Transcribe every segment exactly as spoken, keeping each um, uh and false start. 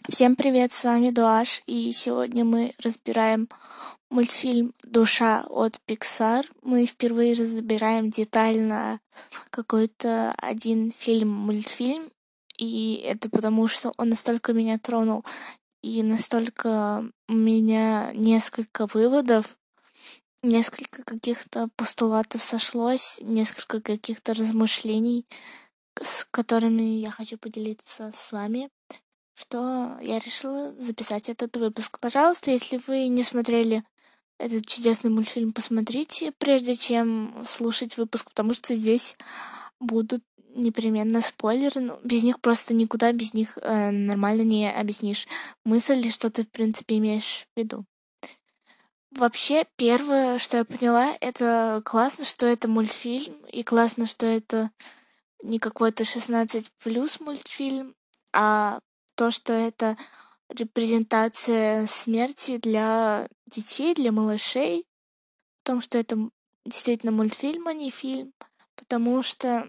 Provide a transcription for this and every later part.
Всем привет, с вами Дуаш, и сегодня мы разбираем мультфильм «Душа» от Pixar. Мы впервые разбираем детально какой-то один фильм-мультфильм, и это потому, что он настолько меня тронул, и настолько у меня несколько выводов, несколько каких-то постулатов сошлось, несколько каких-то размышлений, с которыми я хочу поделиться с вами, что я решила записать этот выпуск. Пожалуйста, если вы не смотрели этот чудесный мультфильм, посмотрите, прежде чем слушать выпуск, потому что здесь будут непременно спойлеры, но без них просто никуда, без них э, нормально не объяснишь мысль, что ты, в принципе, имеешь в виду. Вообще, первое, что я поняла, это классно, что это мультфильм, и классно, что это не какой-то шестнадцать плюс мультфильм, а то, что это репрезентация смерти для детей, для малышей, в том, что это м- действительно мультфильм, а не фильм, потому что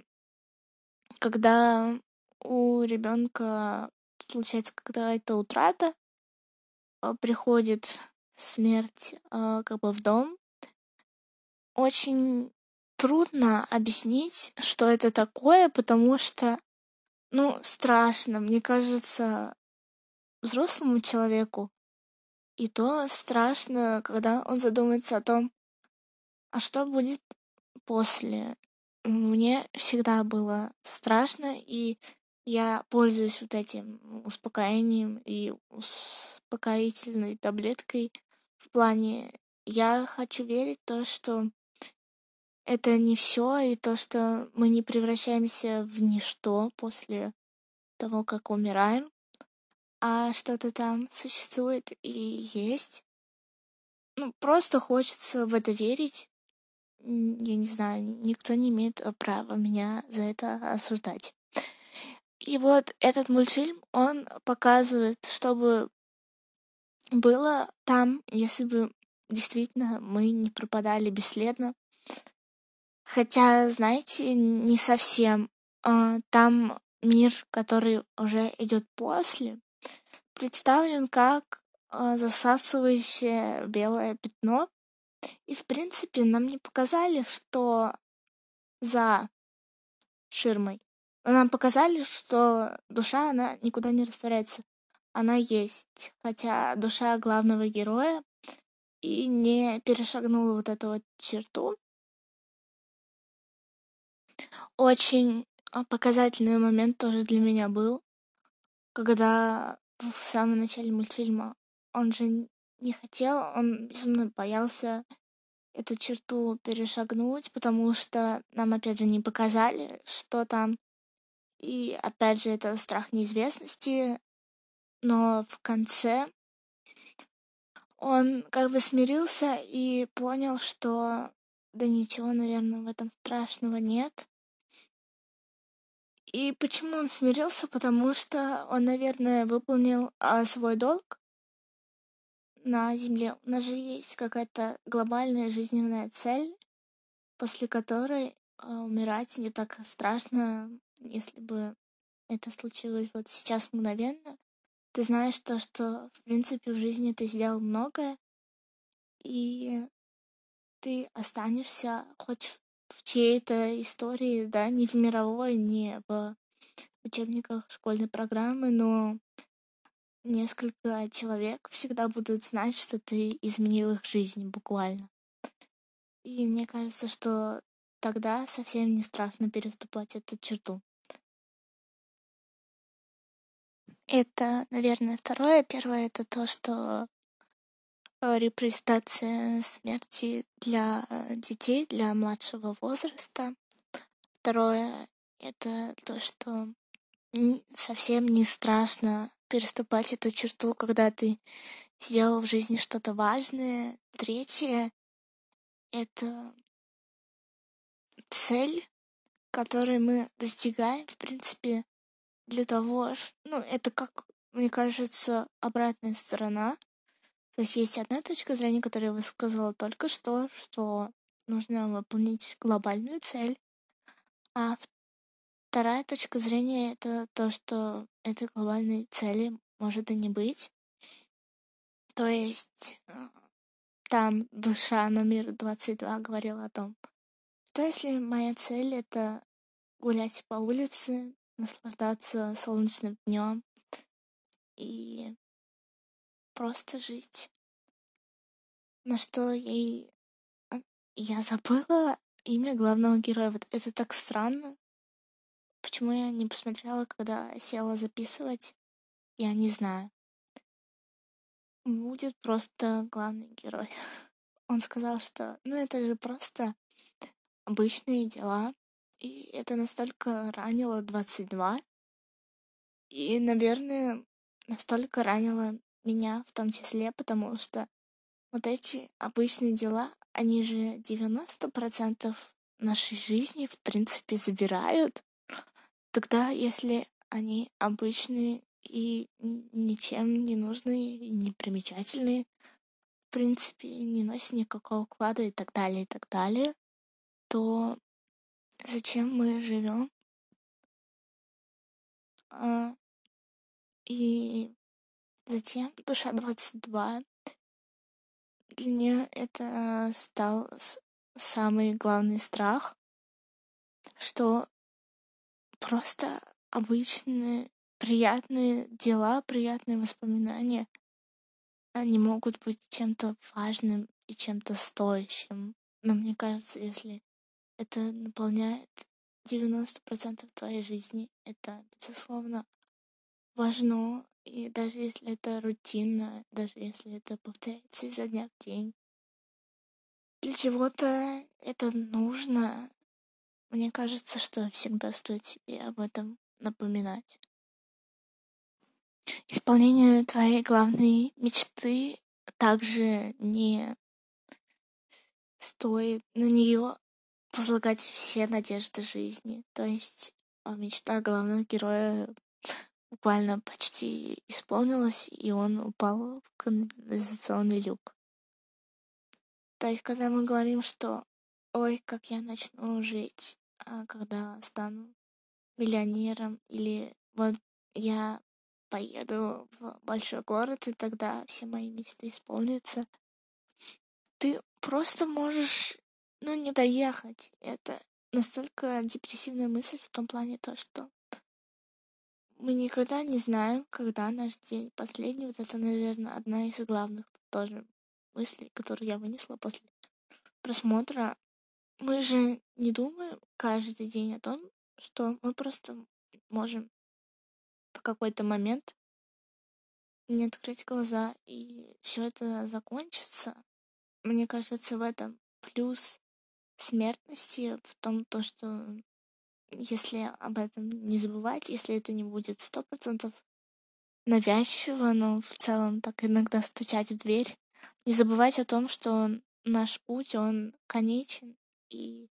когда у ребенка случается какая-то утрата, а, приходит смерть а, как бы в дом, очень трудно объяснить, что это такое, потому что, ну, страшно. Мне кажется, взрослому человеку и то страшно, когда он задумается о том, а что будет после. Мне всегда было страшно, и я пользуюсь вот этим успокоением и успокоительной таблеткой в плане я хочу верить в то, что это не все, и то, что мы не превращаемся в ничто после того, как умираем, а что-то там существует и есть. Ну, просто хочется в это верить. М, Я не знаю, никто не имеет э, права меня за это осуждать. И вот этот мультфильм, он показывает, чтобы было там, если бы действительно мы не пропадали бесследно. Хотя, знаете, не совсем. А, Там мир, который уже идет после, представлен как а, засасывающее белое пятно. И, в принципе, нам не показали, что за ширмой. Но нам показали, что душа, она никуда не растворяется. Она есть. Хотя душа главного героя и не перешагнула вот эту вот черту. Очень а, показательный момент тоже для меня был, когда в самом начале мультфильма он же н- не хотел, он безумно боялся эту черту перешагнуть, потому что нам опять же не показали, что там. И опять же, это страх неизвестности, но в конце он как бы смирился и понял, что да ничего, наверное, в этом страшного нет. И почему он смирился? Потому что он, наверное, выполнил а, свой долг на Земле. У нас же есть какая-то глобальная жизненная цель, после которой а, умирать не так страшно, если бы это случилось вот сейчас мгновенно. Ты знаешь то, что, в принципе, в жизни ты сделал многое, и ты останешься хоть в в чьей-то истории, да, не в мировой, не в учебниках школьной программы, но несколько человек всегда будут знать, что ты изменил их жизнь буквально. И мне кажется, что тогда совсем не страшно переступать эту черту. Это, наверное, второе. Первое — это то, что э, репрезентация смерти для э, детей, для младшего возраста. Второе — это то, что н- совсем не страшно переступать эту черту, когда ты сделал в жизни что-то важное. Третье — это цель, которой мы достигаем, в принципе, для того, ш- ну, это как, мне кажется, обратная сторона. То есть есть одна точка зрения, которую я высказала только что, что нужно выполнить глобальную цель, а вторая точка зрения — это то, что этой глобальной цели может и не быть. То есть э, там душа номер двадцать два говорила о том, что если моя цель — это гулять по улице, наслаждаться солнечным днем и просто жить. На что ей... а, Я забыла имя главного героя. Вот это так странно. Почему я не посмотрела, когда села записывать, я не знаю. Будет просто главный герой. Он сказал, что ну это же просто обычные дела. И это настолько ранило двадцать два. И, наверное, настолько ранило меня в том числе, потому что вот эти обычные дела, они же девяносто процентов нашей жизни, в принципе, забирают. Тогда, если они обычные и н- ничем не нужные, и не примечательные, в принципе, не носят никакого вклада и так далее, и так далее, то зачем мы живем? А, и затем душа двадцать два. Для нее это стал с- самый главный страх, что просто обычные приятные дела, приятные воспоминания, они могут быть чем-то важным и чем-то стоящим. Но мне кажется, если это наполняет девяносто процентов твоей жизни, это, безусловно, важно. И даже если это рутинно, даже если это повторяется изо дня в день, для чего-то это нужно. Мне кажется, что всегда стоит себе об этом напоминать. Исполнение твоей главной мечты также не стоит на нее возлагать все надежды жизни. То есть а, мечта главного героя буквально почти исполнилась, и он упал в канализационный люк. То есть, когда мы говорим, что ой, как я начну жить, а когда стану миллионером, или вот я поеду в большой город, и тогда все мои мечты исполнятся. Ты просто можешь, ну, не доехать. Это настолько депрессивная мысль в том плане то, что мы никогда не знаем, когда наш день последний. Вот это, наверное, одна из главных тоже мыслей, которые я вынесла после просмотра. Мы же не думаем каждый день о том, что мы просто можем в какой-то момент не открыть глаза, и все это закончится. Мне кажется, в этом плюс смертности, в том, то, что если об этом не забывать, если это не будет сто процентов навязчиво, но в целом так иногда стучать в дверь, не забывать о том, что наш путь, он конечен, и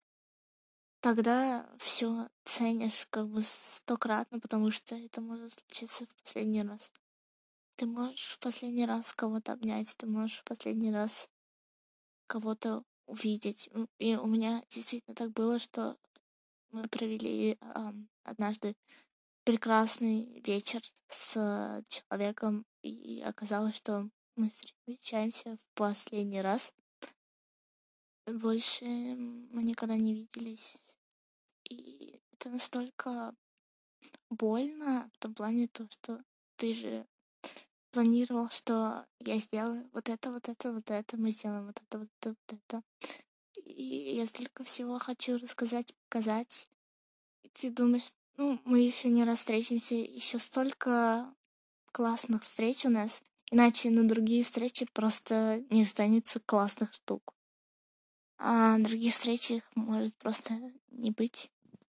тогда все ценишь как бы стократно, потому что это может случиться в последний раз. Ты можешь в последний раз кого-то обнять, ты можешь в последний раз кого-то увидеть. М, И у меня действительно так было, что мы провели ам, однажды прекрасный вечер с э, человеком, и оказалось, что мы встречаемся в последний раз. Больше мы никогда не виделись. И это настолько больно в том плане, то, что ты же планировал, что я сделаю вот это, вот это, вот это, мы сделаем вот это, вот это, вот это. И я столько всего хочу рассказать, показать. И ты думаешь, ну, мы еще не раз встретимся, еще столько классных встреч у нас, иначе на другие встречи просто не останется классных штук. А на других встречах может просто не быть.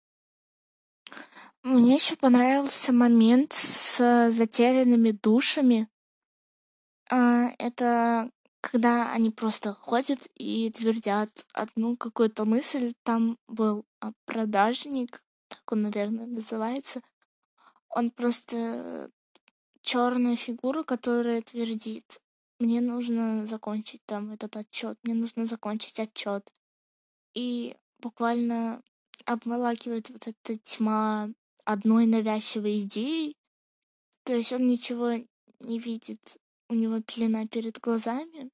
Мне еще понравился момент с затерянными душами. А, это когда они просто ходят и твердят одну какую-то мысль. Там был а, продажник, так он, наверное, называется. Он просто черная фигура, которая твердит: мне нужно закончить там этот отчет, мне нужно закончить отчет. И буквально обволакивает вот эта тьма одной навязчивой идеей. То есть он ничего не видит, у него пелена перед глазами,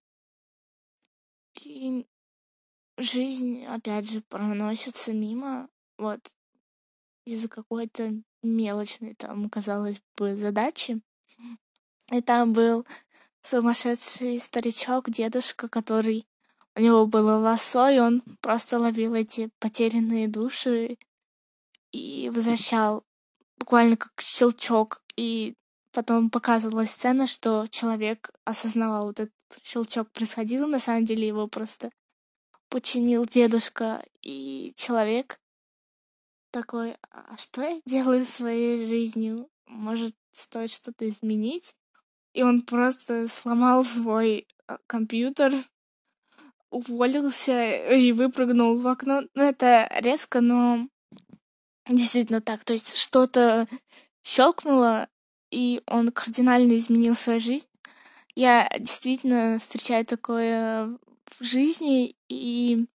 и жизнь, опять же, проносится мимо, вот, из-за какой-то мелочной, там, казалось бы, задачи. И там был сумасшедший старичок, дедушка, который... У него было лассо, и он просто ловил эти потерянные души и возвращал буквально как щелчок. И потом показывалась сцена, что человек осознавал, вот этот щелчок происходил, на самом деле его просто починил дедушка, и человек такой: а что я делаю своей жизнью? Может, стоит что-то изменить? И он просто сломал свой а, компьютер, уволился и выпрыгнул в окно. Ну, это резко, но действительно так. То есть что-то щелкнуло, и он кардинально изменил свою жизнь. Я действительно встречаю такое в жизни, и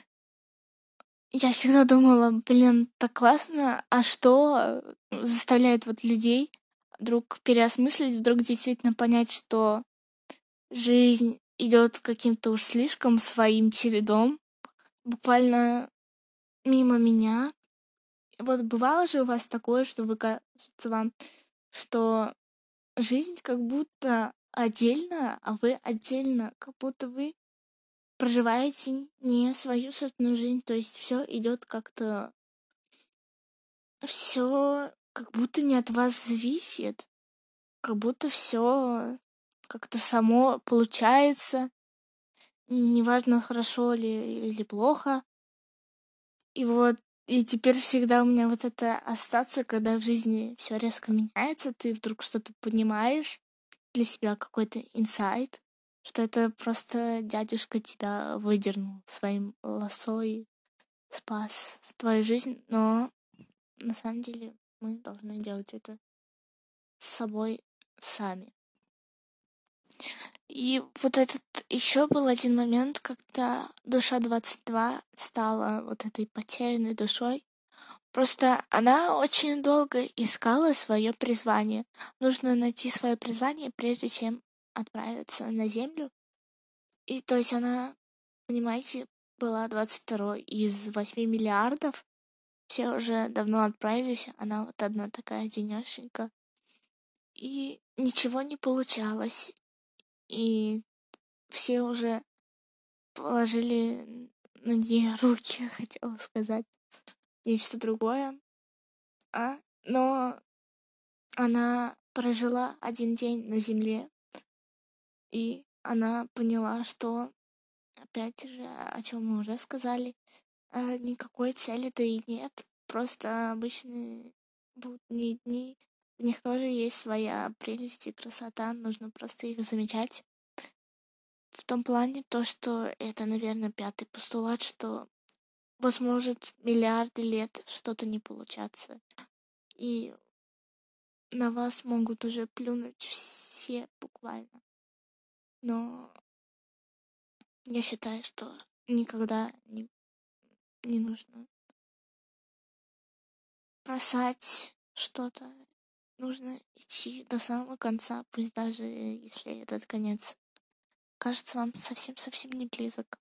я всегда думала, блин, так классно, а что заставляет вот людей вдруг переосмыслить, вдруг действительно понять, что жизнь идет каким-то уж слишком своим чередом, буквально мимо меня. Вот бывало же у вас такое, что вы кажется вам, что жизнь как будто отдельно, а вы отдельно, как будто вы проживаете не свою собственную жизнь, то есть все идет как-то, все как будто не от вас зависит, как будто все как-то само получается, неважно, хорошо ли или плохо. И вот, и теперь всегда у меня вот это остаться, когда в жизни все резко меняется, ты вдруг что-то понимаешь, для себя какой-то инсайт, что это просто дядюшка тебя выдернул своим лассо и спас твою жизнь, но на самом деле мы должны делать это с собой сами. И вот этот еще был один момент, когда душа двадцать два стала вот этой потерянной душой. Просто она очень долго искала свое призвание. Нужно найти свое призвание, прежде чем отправиться на Землю. И то есть она, понимаете, была двадцать второй из восьми миллиардов. Все уже давно отправились, она вот одна такая денешенька. И ничего не получалось. И все уже положили на нее руки, хотела сказать нечто другое. А, но она прожила один день на Земле, и она поняла, что, опять же, о чем мы уже сказали, а, никакой цели-то и нет. Просто обычные будние дни. В них тоже есть своя прелесть и красота. Нужно просто их замечать. В том плане то, что это, наверное, пятый постулат, что возможно миллиарды лет что-то не получаться. И на вас могут уже плюнуть все буквально. Но я считаю, что никогда не, не нужно бросать что-то. Нужно идти до самого конца, пусть даже если этот конец кажется вам совсем-совсем не близок.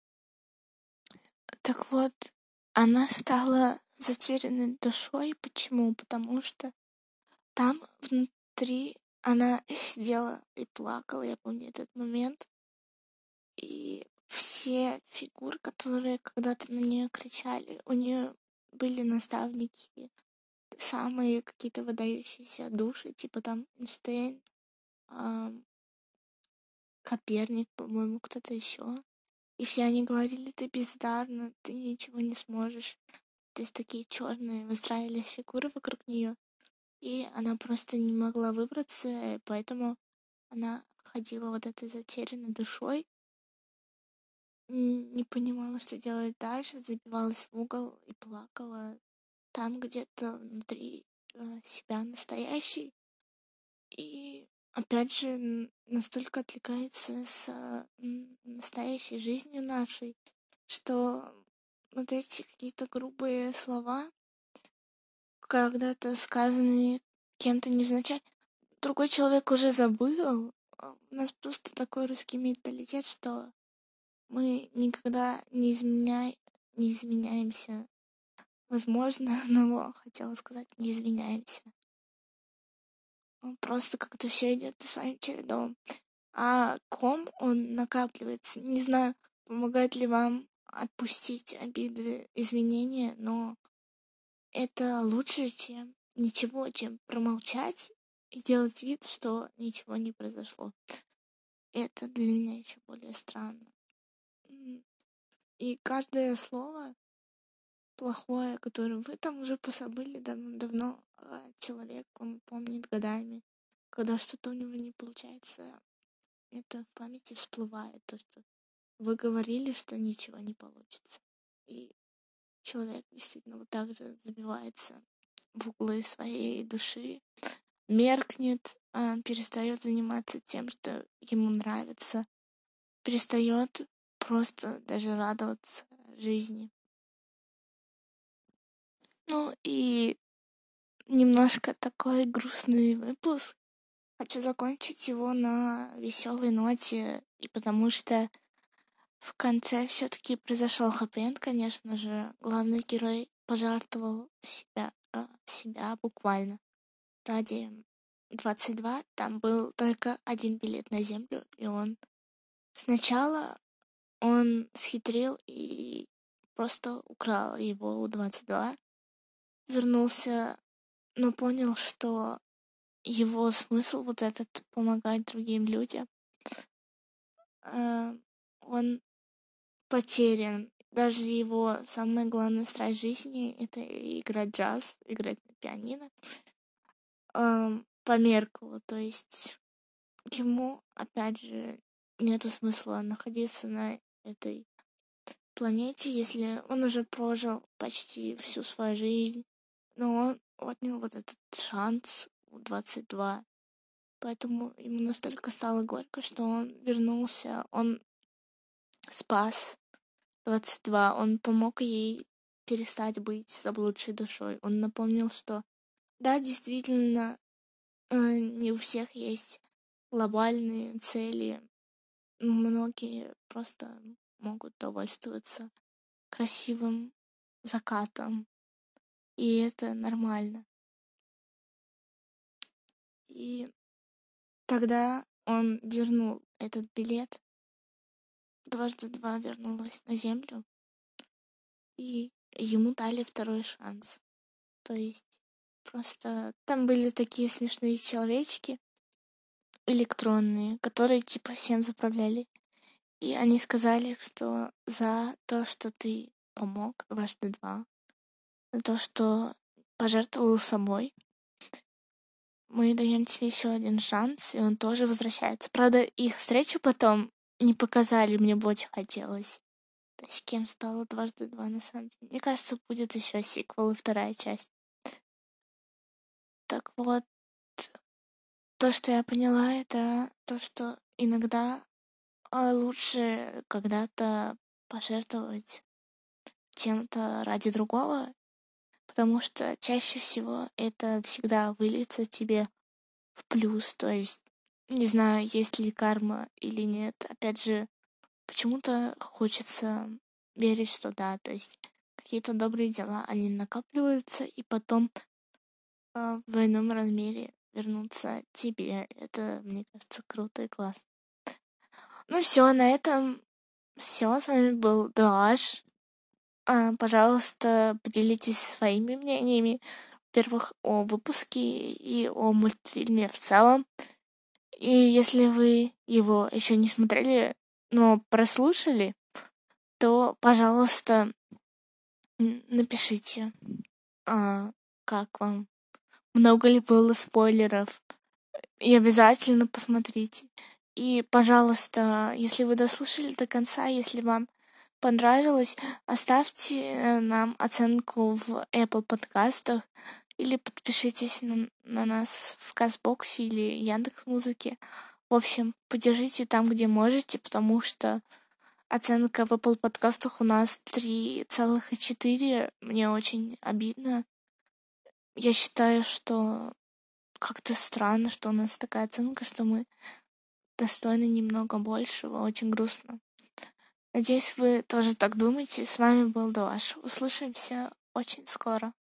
Так вот, она стала затерянной душой. Почему? Потому что там внутри она сидела и плакала, я помню этот момент. И все фигуры, которые когда-то на нее кричали, у нее были наставники, самые какие-то выдающиеся души, типа там Эйнштейн, ам, Коперник, по-моему, кто-то еще. И все они говорили: ты бездарна, ты ничего не сможешь. То есть такие черные выстраивались фигуры вокруг нее, и она просто не могла выбраться, и поэтому она ходила вот этой затерянной душой, н- не понимала, что делать дальше, забивалась в угол и плакала там где-то внутри э, себя настоящий. И опять же, н- настолько отвлекается с а, м, настоящей жизнью нашей, что вот эти какие-то грубые слова, когда-то сказанные кем-то невзначай, другой человек уже забыл. А У нас просто такой русский менталитет, что мы никогда не изменяй... не изменяемся. Возможно, но хотела сказать, не извиняемся. Ну, Просто как-то все идет своим чередом. А ком, он накапливается. Не знаю, помогает ли вам отпустить обиды, извинения, но это лучше, чем ничего, чем промолчать и делать вид, что ничего не произошло. Это для меня еще более странно. М, И каждое слово плохое, которое вы там уже позабыли давно, а человек, он помнит годами. Когда что-то у него не получается, это в памяти всплывает, то, что вы говорили, что ничего не получится. И человек действительно вот так же забивается в углы своей души, меркнет, а, перестает заниматься тем, что ему нравится, перестает просто даже радоваться жизни. Ну и немножко такой грустный выпуск. Хочу закончить его на веселой ноте, и потому что в конце все-таки произошел хэппи-энд, конечно же. Главный герой пожертвовал себя, а, себя буквально ради двадцать два. Там был только один билет на Землю, и он сначала он схитрил и просто украл его у двадцать два, вернулся, но понял, что его смысл вот этот помогать другим людям, э, он потерян. Даже его самая главная страсть жизни — это играть джаз, играть на пианино, эм, померкла. То есть ему, опять же, нету смысла находиться на этой планете, если он уже прожил почти всю свою жизнь, но он отнял вот этот шанс в двадцать два. Поэтому ему настолько стало горько, что он вернулся, он спас двадцать два, он помог ей перестать быть заблудшей душой. Он напомнил, что да, действительно, э, не у всех есть глобальные цели. Многие просто могут довольствоваться красивым закатом, и это нормально. И тогда он вернул этот билет, дважды два вернулась на Землю, и ему дали второй шанс. То есть просто там были такие смешные человечки электронные, которые типа всем заправляли. И они сказали, что за то, что ты помог дважды два, за то, что пожертвовал собой, мы даем тебе еще один шанс, и он тоже возвращается. Правда, их встречу потом не показали, мне бы очень хотелось. То есть кем стало дважды два на самом деле. Мне кажется, будет еще сиквел и вторая часть. Так вот, то, что я поняла, это то, что иногда а, лучше когда-то пожертвовать чем-то ради другого, потому что чаще всего это всегда выльется тебе в плюс. То есть, не знаю, есть ли карма или нет. Опять же, почему-то хочется верить, что да. То есть какие-то добрые дела, они накапливаются, и потом а, в двойном размере вернутся тебе. Это, мне кажется, круто и классно. Ну все, на этом все. С вами был Дуаш. А, пожалуйста, поделитесь своими мнениями, во-первых, о выпуске и о мультфильме в целом. И если вы его еще не смотрели, но прослушали, то, пожалуйста, м, напишите, а, как вам, много ли было спойлеров, и обязательно посмотрите. И, пожалуйста, если вы дослушали до конца, если вам понравилось, оставьте э, нам оценку в Apple подкастах или подпишитесь на, на нас в Казбоксе или Яндекс.Музыке. В общем, поддержите там, где можете, потому что оценка в Apple подкастах у нас три целых четыре. Мне очень обидно. Я считаю, что как-то странно, что у нас такая оценка, что мы достойны немного большего. Очень грустно. Надеюсь, вы тоже так думаете. С вами был Дуаш. Услышимся очень скоро.